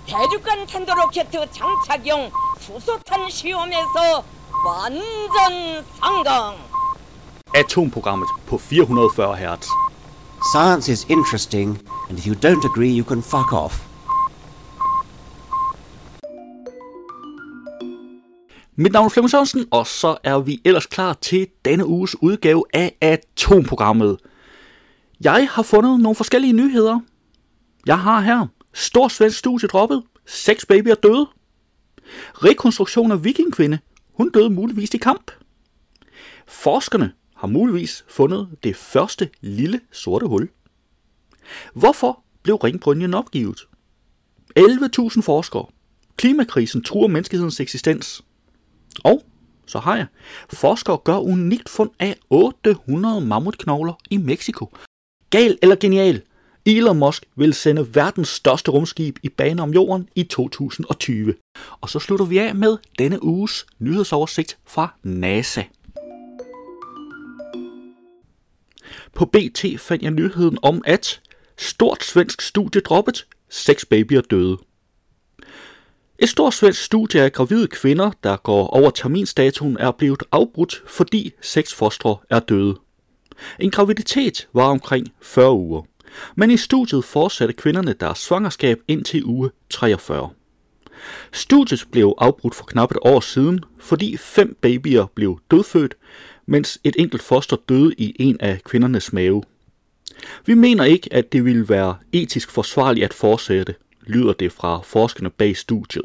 대륙간 탄도로켓 장착용 수소탄 시험에서 완전 성공. Atomprogrammet på 440 Hz. Science is interesting, and if you don't agree, you can fuck off. Mit navn er Flemming Sørensen, og så er vi ellers klar til denne uges udgave af Atomprogrammet. Jeg har fundet nogle forskellige nyheder. Jeg har her: stor svensk studie droppet, 6 babyer døde. Rekonstruktion af vikingkvinde, hun døde muligvis i kamp. Forskerne har muligvis fundet det første lille sorte hul. Hvorfor blev ringbrynjen opgivet? 11.000 forskere. Klimakrisen truer menneskehedens eksistens. Og så har jeg: forskere gør unikt fund af 800 mammutknogler i Mexico. Gal eller genial? Elon Musk vil sende verdens største rumskib i bane om jorden i 2020. Og så slutter vi af med denne uges nyhedsoversigt fra NASA. På BT fandt jeg nyheden om, at stort svensk studie droppet, 6 babyer døde. Et stort svensk studie af gravide kvinder, der går over terminstatuen, er blevet afbrudt, fordi 6 fostre er døde. En graviditet var omkring 40 uger, men i studiet fortsatte kvinderne deres svangerskab indtil uge 43. Studiet blev afbrudt for knap et år siden, fordi 5 babyer blev dødfødt, mens et enkelt foster døde i en af kvindernes mave. Vi mener ikke, at det ville være etisk forsvarligt at fortsætte, lyder det fra forskerne bag studiet.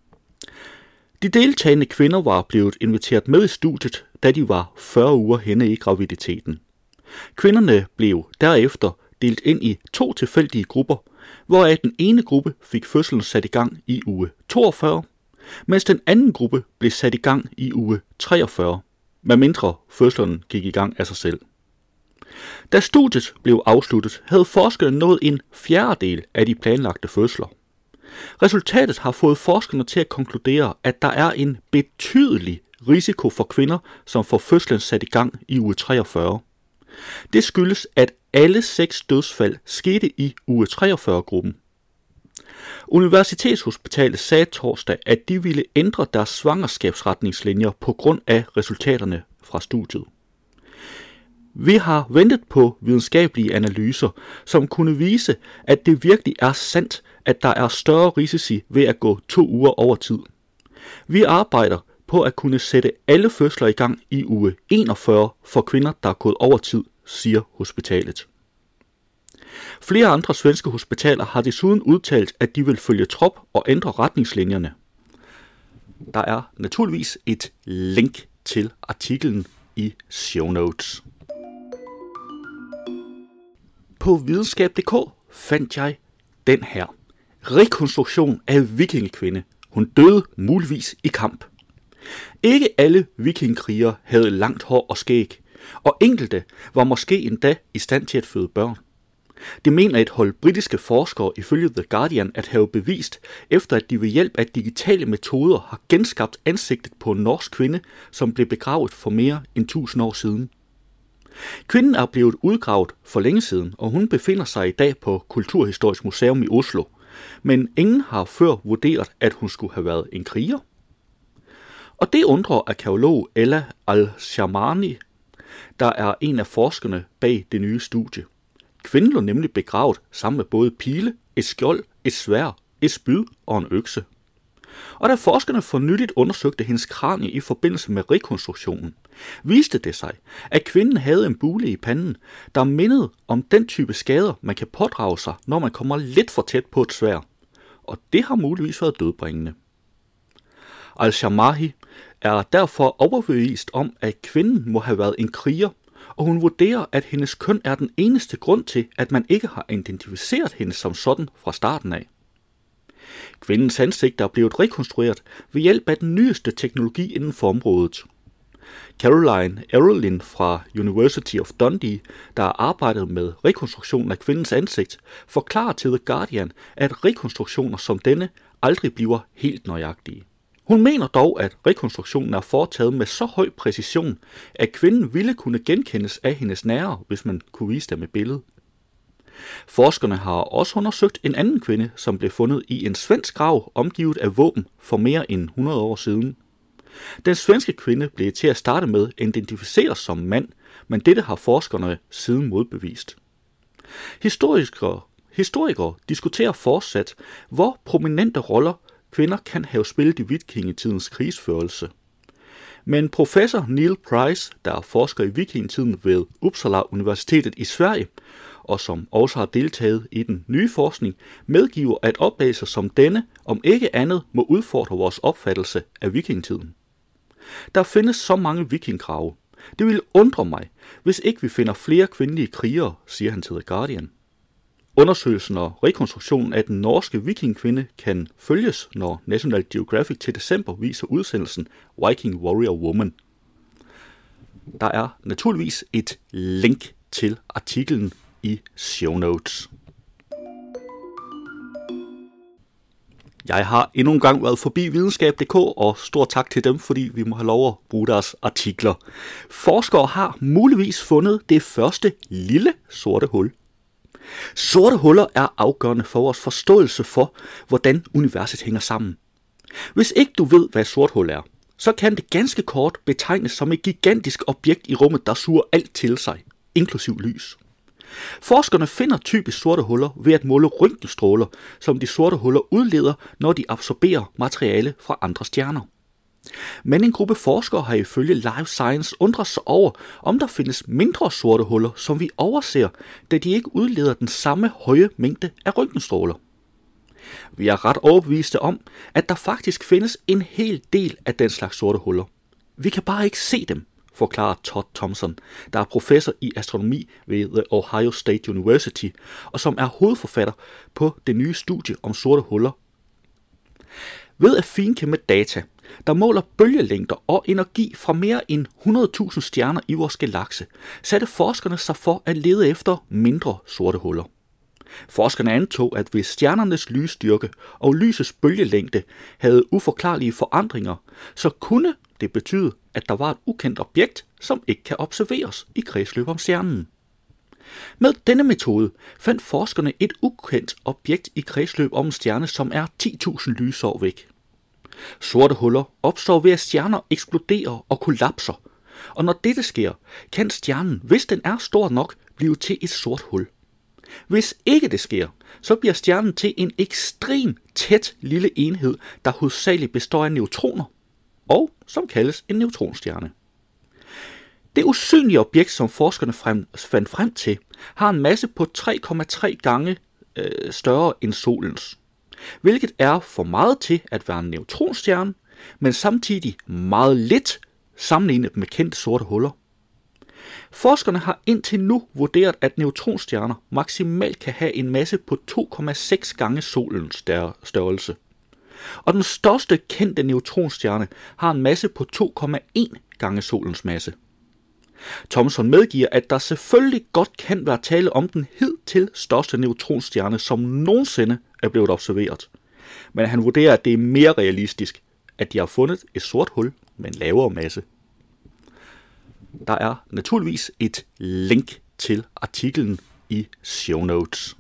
De deltagende kvinder var blevet inviteret med i studiet, da de var 40 uger henne i graviditeten. Kvinderne blev derefter delt ind i 2 tilfældige grupper, hvoraf den ene gruppe fik fødslen sat i gang i uge 42, mens den anden gruppe blev sat i gang i uge 43, medmindre fødslen gik i gang af sig selv. Da studiet blev afsluttet, havde forskerne nået en fjerdedel af de planlagte fødsler. Resultatet har fået forskerne til at konkludere, at der er en betydelig risiko for kvinder, som får fødslen sat i gang i uge 43. Det skyldes, at alle 6 dødsfald skete i uge 43-gruppen. Universitetshospitalet sagde torsdag, at de ville ændre deres svangerskabsretningslinjer på grund af resultaterne fra studiet. Vi har ventet på videnskabelige analyser, som kunne vise, at det virkelig er sandt, at der er større risici ved at gå 2 uger over tid. Vi arbejder på at kunne sætte alle fødsler i gang i uge 41 for kvinder, der er gået over tid, siger hospitalet. Flere andre svenske hospitaler har desuden udtalt, at de vil følge trop og ændre retningslinjerne. Der er naturligvis et link til artiklen i show notes. På videnskab.dk fandt jeg den her: rekonstruktion af vikingekvinde. Hun døde muligvis i kamp. Ikke alle vikingkrigere havde langt hår og skæg, og enkelte var måske endda i stand til at føde børn. Det mener et hold britiske forskere ifølge The Guardian at have bevist, efter at de ved hjælp af digitale metoder har genskabt ansigtet på en norsk kvinde, som blev begravet for mere end 1000 år siden. Kvinden er blevet udgravet for længe siden, og hun befinder sig i dag på Kulturhistorisk Museum i Oslo, men ingen har før vurderet, at hun skulle have været en kriger. Og det undrer arkæolog Ella Al-Shamani, der er en af forskerne bag det nye studie. Kvinden lå nemlig begravet sammen med både pile, et skjold, et sværd, et spyd og en økse. Og da forskerne for nyligt undersøgte hendes kranie i forbindelse med rekonstruktionen, viste det sig, at kvinden havde en bule i panden, der mindede om den type skader, man kan pådrage sig, når man kommer lidt for tæt på et sværd. Og det har muligvis været dødbringende. Al-Shamahi er derfor overbevist om, at kvinden må have været en kriger, og hun vurderer, at hendes køn er den eneste grund til, at man ikke har identificeret hende som sådan fra starten af. Kvindens ansigt er blevet rekonstrueret ved hjælp af den nyeste teknologi inden for området. Caroline Erlin fra University of Dundee, der har arbejdet med rekonstruktionen af kvindens ansigt, forklarer til The Guardian, at rekonstruktioner som denne aldrig bliver helt nøjagtige. Hun mener dog, at rekonstruktionen er foretaget med så høj præcision, at kvinden ville kunne genkendes af hendes nære, hvis man kunne vise dem et billede. Forskerne har også undersøgt en anden kvinde, som blev fundet i en svensk grav omgivet af våben for mere end 100 år siden. Den svenske kvinde blev til at starte med identificeret som mand, men dette har forskerne siden modbevist. Historikere diskuterer fortsat, hvor prominente roller kvinder kan have spillet i vikingetidens krigsførelse. Men professor Neil Price, der forsker i vikingetiden ved Uppsala Universitetet i Sverige, og som også har deltaget i den nye forskning, medgiver, at opdagelser som denne, om ikke andet, må udfordre vores opfattelse af vikingetiden. Der findes så mange vikinggrave. Det vil undre mig, hvis ikke vi finder flere kvindelige krigere, siger han til The Guardian. Undersøgelsen og rekonstruktionen af den norske vikingkvinde kan følges, når National Geographic til december viser udsendelsen Viking Warrior Woman. Der er naturligvis et link til artiklen i show notes. Jeg har endnu en gang været forbi videnskab.dk, og stor tak til dem, fordi vi må have lov at bruge deres artikler. Forskere har muligvis fundet det første lille sorte hul. Sorte huller er afgørende for vores forståelse for, hvordan universet hænger sammen. Hvis ikke du ved, hvad et sort hul er, så kan det ganske kort betegnes som et gigantisk objekt i rummet, der suger alt til sig, inklusiv lys. Forskerne finder typisk sorte huller ved at måle røntgenstråler, som de sorte huller udleder, når de absorberer materiale fra andre stjerner. Men en gruppe forskere har ifølge Life Science undret sig over, om der findes mindre sorte huller, som vi overser, da de ikke udleder den samme høje mængde af røntgenstråler. Vi er ret overbeviste om, at der faktisk findes en hel del af den slags sorte huller. Vi kan bare ikke se dem, forklarer Todd Thompson, der er professor i astronomi ved The Ohio State University, og som er hovedforfatter på det nye studie om sorte huller. Ved at finkæmme data, der måler bølgelængder og energi fra mere end 100.000 stjerner i vores galakse, satte forskerne sig for at lede efter mindre sorte huller. Forskerne antog, at hvis stjernernes lysstyrke og lysets bølgelængde havde uforklarlige forandringer, så kunne det betyde, at der var et ukendt objekt, som ikke kan observeres i kredsløb om stjernen. Med denne metode fandt forskerne et ukendt objekt i kredsløb om en stjerne, som er 10.000 lysår væk. Sorte huller opstår ved, at stjerner eksploderer og kollapser, og når dette sker, kan stjernen, hvis den er stor nok, blive til et sort hul. Hvis ikke det sker, så bliver stjernen til en ekstrem tæt lille enhed, der hovedsageligt består af neutroner, og som kaldes en neutronstjerne. Det usynlige objekt, som forskerne fandt frem til, har en masse på 3,3 gange større end solens, hvilket er for meget til at være en neutronstjerne, men samtidig meget lidt sammenlignet med kendte sorte huller. Forskerne har indtil nu vurderet, at neutronstjerner maksimalt kan have en masse på 2,6 gange solens størrelse. Og den største kendte neutronstjerne har en masse på 2,1 gange solens masse. Thomson medgiver, at der selvfølgelig godt kan være tale om den hidtil største neutronstjerne, som nogensinde er blevet observeret. Men han vurderer, at det er mere realistisk, at de har fundet et sort hul med en lavere masse. Der er naturligvis et link til artiklen i show notes.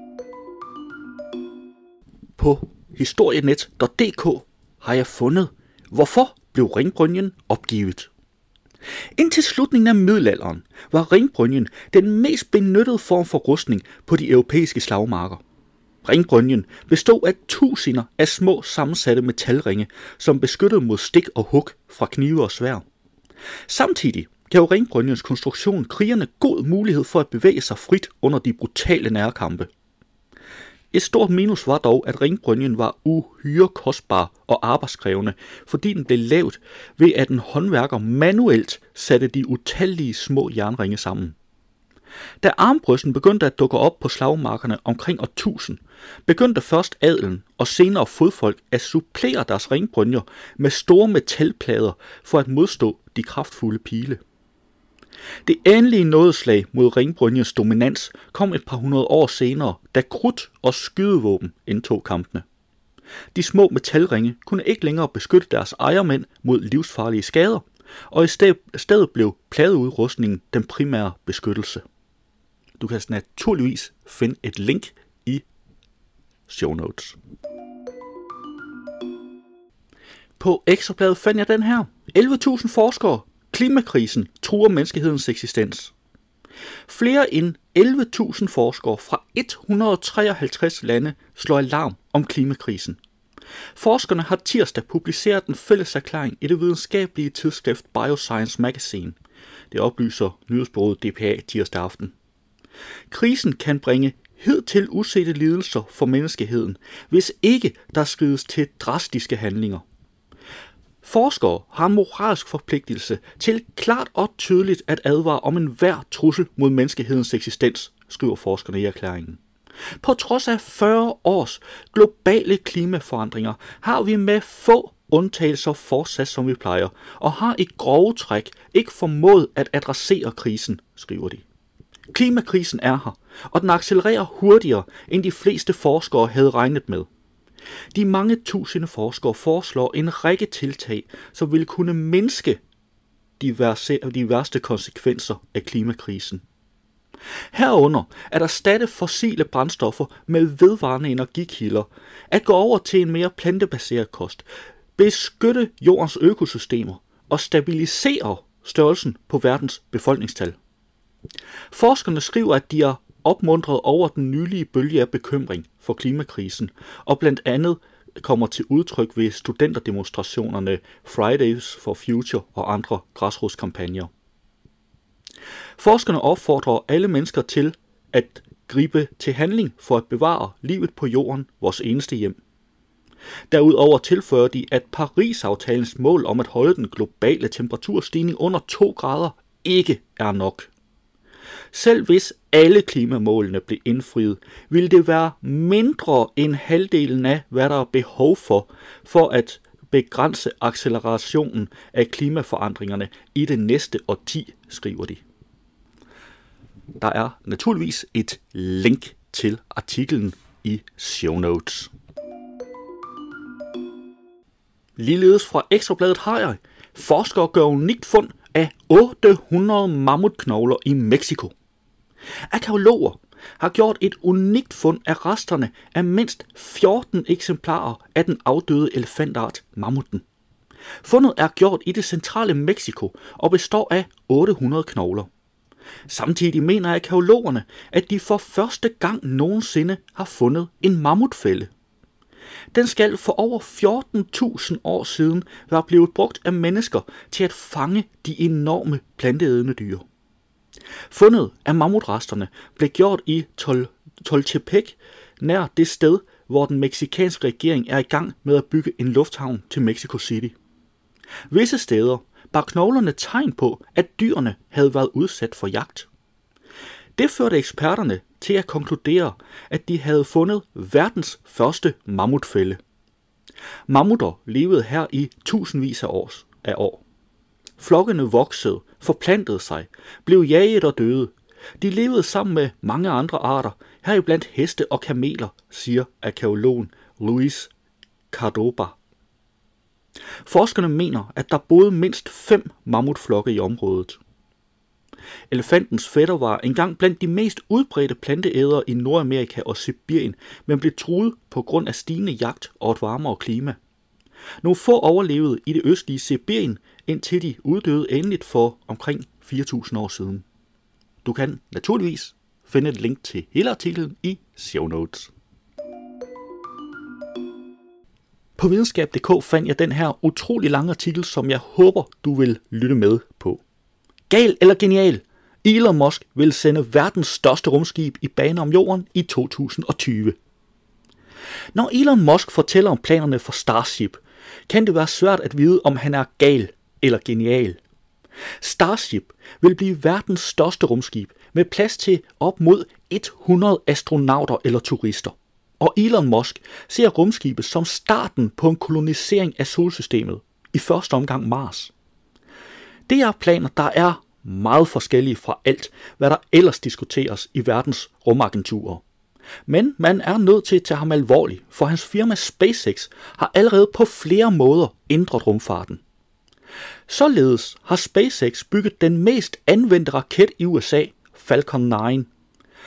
På historienet.dk har jeg fundet, hvorfor blev ringbrynjen opgivet. Indtil slutningen af middelalderen var ringbrynjen den mest benyttede form for rustning på de europæiske slagmarker. Ringbrynjen bestod af tusinder af små sammensatte metalringe, som beskyttede mod stik og hug fra knive og sværd. Samtidig gav ringbrynjens konstruktion krigerne god mulighed for at bevæge sig frit under de brutale nærkampe. Et stort minus var dog, at ringbrynjen var uhyre kostbar og arbejdskrævende, fordi den blev lavet ved, at en håndværker manuelt satte de utallige små jernringe sammen. Da armbrysten begyndte at dukke op på slagmarkerne omkring år 1000, begyndte først adelen og senere fodfolk at supplere deres ringbrynjer med store metalplader for at modstå de kraftfulde pile. Det endelige nådeslag mod ringbrynjens dominans kom et par hundrede år senere, da krudt og skydevåben indtog kampene. De små metalringe kunne ikke længere beskytte deres ejermænd mod livsfarlige skader, og i stedet blev pladeudrustningen den primære beskyttelse. Du kan naturligvis finde et link i show notes. På Ekstrabladet fandt jeg den her. 11.000 forskere. Klimakrisen truer menneskehedens eksistens. Flere end 11.000 forskere fra 153 lande slår alarm om klimakrisen. Forskerne har tirsdag publiceret en fælles erklæring i det videnskabelige tidsskrift Bioscience Magazine. Det oplyser nyhedsbureauet DPA tirsdag aften. Krisen kan bringe hidtil usete lidelser for menneskeheden, hvis ikke der skrides til drastiske handlinger. Forskere har en moralsk forpligtelse til klart og tydeligt at advare om enhver trussel mod menneskehedens eksistens, skriver forskerne i erklæringen. På trods af 40 års globale klimaforandringer har vi med få undtagelser fortsat som vi plejer, og har i grove træk ikke formået at adressere krisen, skriver de. Klimakrisen er her, og den accelererer hurtigere, end de fleste forskere havde regnet med. De mange tusinde forskere foreslår en række tiltag, som vil kunne mindske de værste konsekvenser af klimakrisen. Herunder at erstatte fossile brændstoffer med vedvarende energikilder, at gå over til en mere plantebaseret kost, beskytte jordens økosystemer og stabilisere størrelsen på verdens befolkningstal. Forskerne skriver, at de er opmuntret over den nylige bølge af bekymring for klimakrisen, og blandt andet kommer til udtryk ved studenterdemonstrationerne Fridays for Future og andre græsrodskampagner. Forskerne opfordrer alle mennesker til at gribe til handling for at bevare livet på jorden, vores eneste hjem. Derudover tilføjer de, at Paris-aftalens mål om at holde den globale temperaturstigning under 2 grader ikke er nok. Selv hvis alle klimamålene blev indfriet, ville det være mindre end halvdelen af, hvad der er behov for at begrænse accelerationen af klimaforandringerne i det næste årti, skriver de. Der er naturligvis et link til artiklen i show notes. Ligeledes fra Ekstrabladet har jeg: forskere gør unikt fund af 800 mammutknogler i Mexico. Arkæologer har gjort et unikt fund af resterne af mindst 14 eksemplarer af den afdøde elefantart mammuten. Fundet er gjort i det centrale Mexico og består af 800 knogler. Samtidig mener arkæologerne, at de for første gang nogensinde har fundet en mammutfælde. Den skal for over 14.000 år siden være blevet brugt af mennesker til at fange de enorme planteædende dyr. Fundet af mammutresterne blev gjort i Toltepec, nær det sted, hvor den mexikanske regering er i gang med at bygge en lufthavn til Mexico City. Visse steder bar knoglerne tegn på, at dyrene havde været udsat for jagt. Det førte eksperterne til at konkludere, at de havde fundet verdens første mammutfælde. Mammutter levede her i tusindvis af år. Flokkene voksede, forplantede sig, blev jaget og døde. De levede sammen med mange andre arter, heriblandt heste og kameler, siger arkæologen Luis Cordoba. Forskerne mener, at der boede mindst 5 mammutflokke i området. Elefantens fætter var engang blandt de mest udbredte planteædere i Nordamerika og Sibirien, men blev truet på grund af stigende jagt og et varmere klima. Nogle få overlevede i det østlige Sibirien, indtil de uddøde endeligt for omkring 4.000 år siden. Du kan naturligvis finde et link til hele artiklen i show notes. På videnskab.dk fandt jeg den her utrolig lange artikel, som jeg håber, du vil lytte med på. Gal eller genial? Elon Musk vil sende verdens største rumskib i bane om jorden i 2020. Når Elon Musk fortæller om planerne for Starship, kan det være svært at vide, om han er gal eller genial. Starship vil blive verdens største rumskib med plads til op mod 100 astronauter eller turister. Og Elon Musk ser rumskibet som starten på en kolonisering af solsystemet, i første omgang Mars. Det er planer, der er meget forskellige fra alt, hvad der ellers diskuteres i verdens rumagenturer. Men man er nødt til at tage ham alvorligt, for hans firma SpaceX har allerede på flere måder ændret rumfarten. Således har SpaceX bygget den mest anvendte raket i USA, Falcon 9.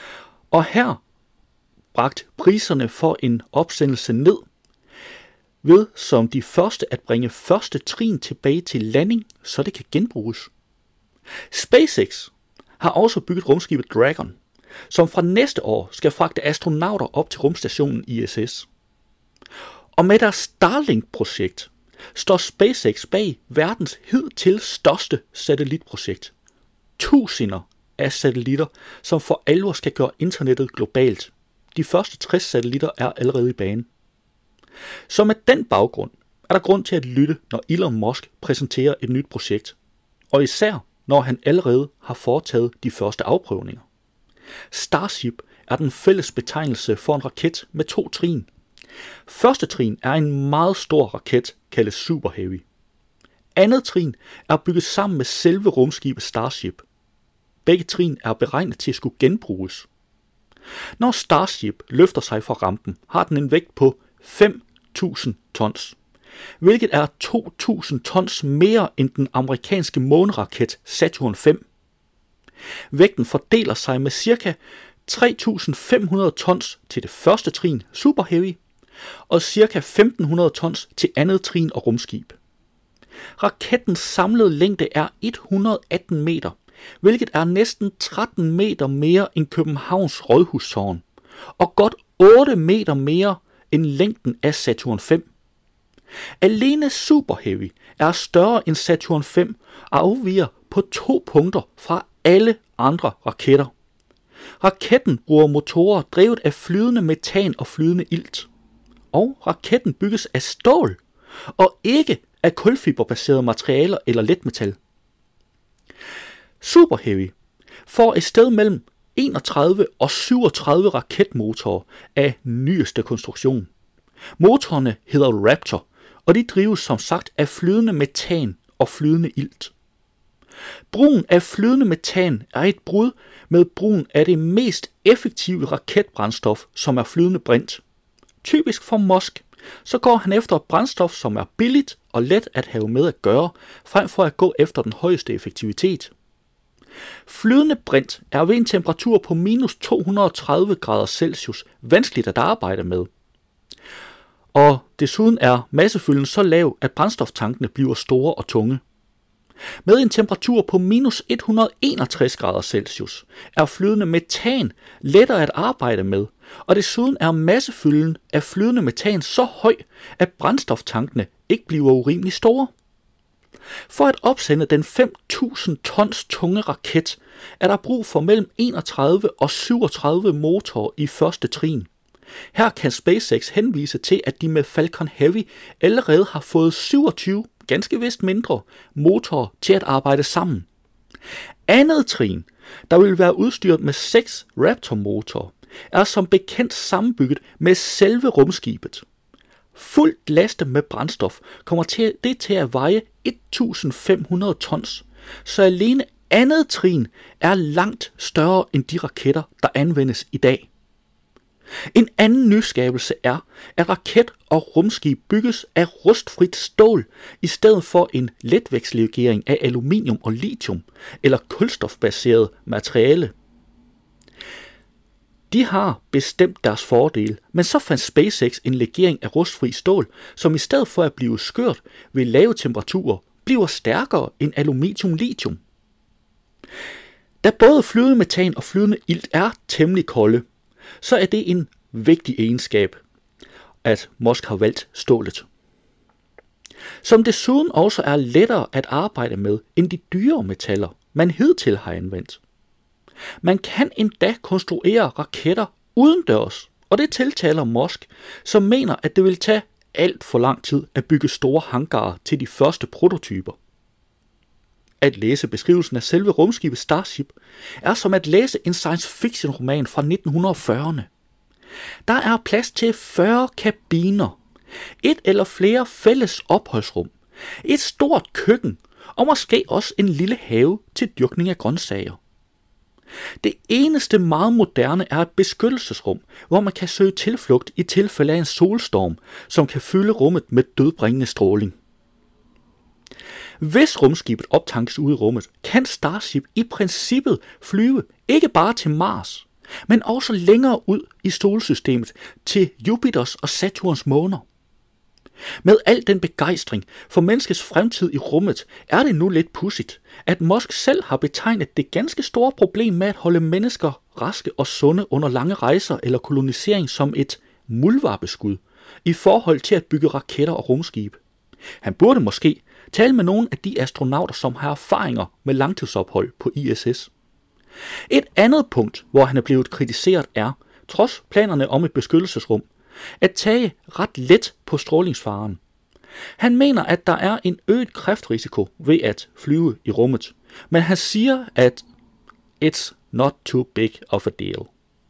Og her bragt priserne for en opsendelse ned, ved som de første at bringe første trin tilbage til landing, så det kan genbruges. SpaceX har også bygget rumskibet Dragon, som fra næste år skal fragte astronauter op til rumstationen ISS. Og med deres Starlink-projekt står SpaceX bag verdens hidtil største satellitprojekt. Tusinder af satellitter, som for alvor skal gøre internettet globalt. De første 60 satellitter er allerede i bane. Så med den baggrund er der grund til at lytte, når Elon Musk præsenterer et nyt projekt. Og især når han allerede har foretaget de første afprøvninger. Starship er den fælles betegnelse for en raket med 2 trin. Første trin er en meget stor raket, kaldet Super Heavy. Andet trin er bygget sammen med selve rumskibet Starship. Begge trin er beregnet til at skulle genbruges. Når Starship løfter sig fra rampen, har den en vægt på 5.000 tons, hvilket er 2.000 tons mere end den amerikanske måneraket Saturn V. Vægten fordeler sig med ca. 3.500 tons til det første trin Super Heavy, og ca. 1.500 tons til andet trin og rumskib. Rakettens samlede længde er 118 meter, hvilket er næsten 13 meter mere end Københavns Rådhustårn, og godt 8 meter mere end længden af Saturn V. Alene Super Heavy er større end Saturn V og afviger på 2 punkter fra alle andre raketter. Raketten bruger motorer drevet af flydende metan og flydende ilt. Og raketten bygges af stål, og ikke af kulfiberbaserede materialer eller letmetal. Super Heavy får et sted mellem 31 og 37 raketmotorer af nyeste konstruktion. Motorerne hedder Raptor, og de drives som sagt af flydende metan og flydende ilt. Brugen af flydende metan er et brud med brugen af det mest effektive raketbrændstof, som er flydende brint. Typisk for Musk, så går han efter et brændstof, som er billigt og let at have med at gøre, frem for at gå efter den højeste effektivitet. Flydende brint er ved en temperatur på minus 230 grader Celsius vanskeligt at arbejde med. Og desuden er massefylden så lav, at brændstoftankene bliver store og tunge. Med en temperatur på minus 161 grader Celsius er flydende metan lettere at arbejde med, og desuden er massefylden af flydende metan så høj, at brændstoftankene ikke bliver urimelig store. For at opsende den 5.000 tons tunge raket er der brug for mellem 31 og 37 motorer i første trin. Her kan SpaceX henvise til, at de med Falcon Heavy allerede har fået 27, ganske vist mindre, motorer til at arbejde sammen. Andet trin, der vil være udstyret med 6 Raptor-motorer, er som bekendt sammenbygget med selve rumskibet. Fuldt lastet med brændstof kommer det til at veje 1.500 tons, så alene andet trin er langt større end de raketter, der anvendes i dag. En anden nyskabelse er, at raket og rumskib bygges af rustfrit stål i stedet for en letvægtslegering af aluminium og lithium eller kulstofbaseret materiale. De har bestemt deres fordele, men så fandt SpaceX en legering af rustfri stål, som i stedet for at blive skørt ved lave temperaturer, bliver stærkere end aluminium-lithium. Da både flydende metan og flydende ilt er temmelig kolde, så er det en vigtig egenskab, at Musk har valgt stålet. Som desuden også er lettere at arbejde med end de dyre metaller, man hidtil har anvendt. Man kan endda konstruere raketter udendørs, og det tiltaler Musk, som mener, at det vil tage alt for lang tid at bygge store hangarer til de første prototyper. At læse beskrivelsen af selve rumskibet Starship er som at læse en science fiction roman fra 1940'erne. Der er plads til 40 kabiner, et eller flere fælles opholdsrum, et stort køkken og måske også en lille have til dyrkning af grøntsager. Det eneste meget moderne er et beskyttelsesrum, hvor man kan søge tilflugt i tilfælde af en solstorm, som kan fylde rummet med dødbringende stråling. Hvis rumskibet optankes ude i rummet, kan Starship i princippet flyve ikke bare til Mars, men også længere ud i solsystemet til Jupiters og Saturns måner. Med al den begejstring for menneskets fremtid i rummet er det nu lidt pudsigt, at Musk selv har betegnet det ganske store problem med at holde mennesker raske og sunde under lange rejser eller kolonisering som et muldvarpeskud i forhold til at bygge raketter og rumskibe. Han burde måske tale med nogle af de astronauter, som har erfaringer med langtidsophold på ISS. Et andet punkt, hvor han er blevet kritiseret er, trods planerne om et beskyttelsesrum, at tage ret let på strålingsfaren. Han mener, at der er en øget kræftrisiko ved at flyve i rummet, men han siger, at it's not too big of a deal.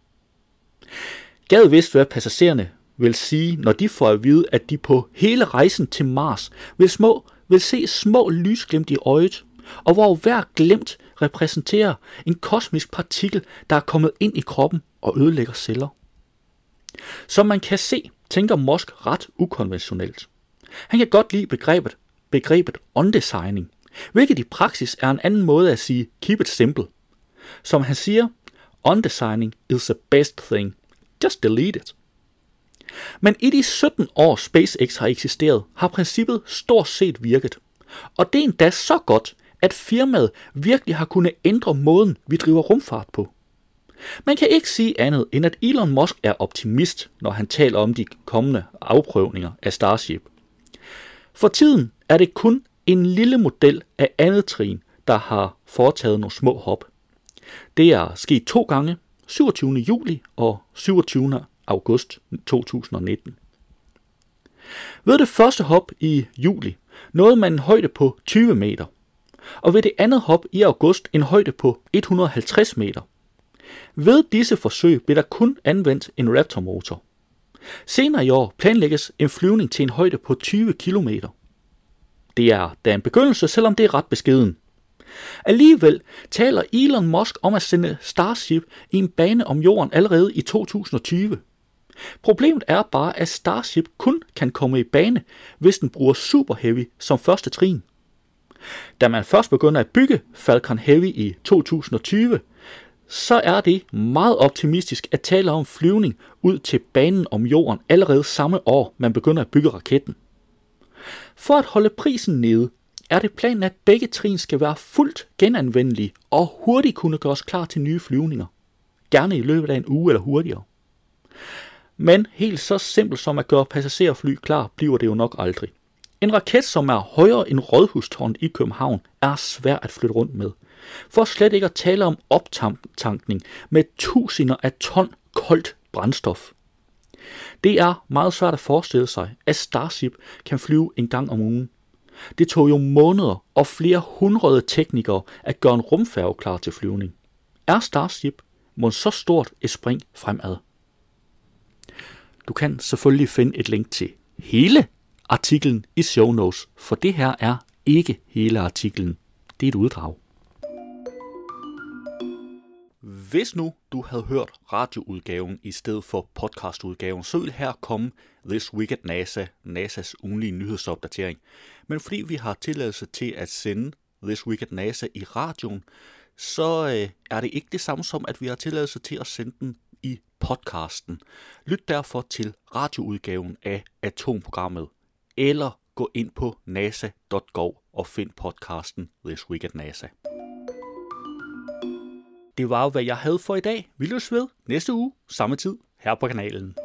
Gad vidst, hvad passagererne vil sige, når de får at vide, at de på hele rejsen til Mars vil se små lysglimt i øjet, og hvor hver glimt repræsenterer en kosmisk partikel, der er kommet ind i kroppen og ødelægger celler. Som man kan se, tænker Musk ret ukonventionelt. Han kan godt lide begrebet undesigning, hvilket i praksis er en anden måde at sige keep it simple. Som han siger, undesigning is the best thing. Just delete it. Men i de 17 år SpaceX har eksisteret, har princippet stort set virket. Og det er endda så godt, at firmaet virkelig har kunnet ændre måden, vi driver rumfart på. Man kan ikke sige andet, end at Elon Musk er optimist, når han taler om de kommende afprøvninger af Starship. For tiden er det kun en lille model af andet trin, der har foretaget nogle små hop. Det er sket 2 gange, 27. juli og 27. august 2019. Ved det første hop i juli nåede man en højde på 20 meter, og ved det andet hop i august en højde på 150 meter. Ved disse forsøg blev der kun anvendt en Raptor-motor. Senere i år planlægges en flyvning til en højde på 20 km. Det er da en begyndelse, selvom det er ret beskeden. Alligevel taler Elon Musk om at sende Starship i en bane om jorden allerede i 2020. Problemet er bare, at Starship kun kan komme i bane, hvis den bruger Super Heavy som første trin. Da man først begynder at bygge Falcon Heavy i 2020, så er det meget optimistisk at tale om flyvning ud til banen om jorden allerede samme år, man begynder at bygge raketten. For at holde prisen nede, er det planen, at begge trin skal være fuldt genanvendelige og hurtigt kunne gøres klar til nye flyvninger. Gerne i løbet af en uge eller hurtigere. Men helt så simpelt som at gøre passagerfly klar, bliver det jo nok aldrig. En raket, som er højere end Rådhustårnet i København, er svær at flytte rundt med. For slet ikke at tale om optankning med tusinder af ton koldt brændstof. Det er meget svært at forestille sig, at Starship kan flyve en gang om ugen. Det tog jo måneder og flere hundrede teknikere at gøre en rumfærge klar til flyvning. Er Starship mon så stort et spring fremad? Du kan selvfølgelig finde et link til hele artiklen i show notes, for det her er ikke hele artiklen. Det er et uddrag. Hvis nu du havde hørt radioudgaven i stedet for podcastudgaven, så vil her komme This Week at NASA, NASA's ugenlige nyhedsopdatering. Men fordi vi har tilladelse til at sende This Week at NASA i radioen, så er det ikke det samme som, at vi har tilladelse til at sende den i podcasten. Lyt derfor til radioudgaven af Atomprogrammet, eller gå ind på nasa.gov og find podcasten This Week at NASA. Det var jo, hvad jeg havde for i dag. Vi løs ved næste uge, samme tid, her på kanalen.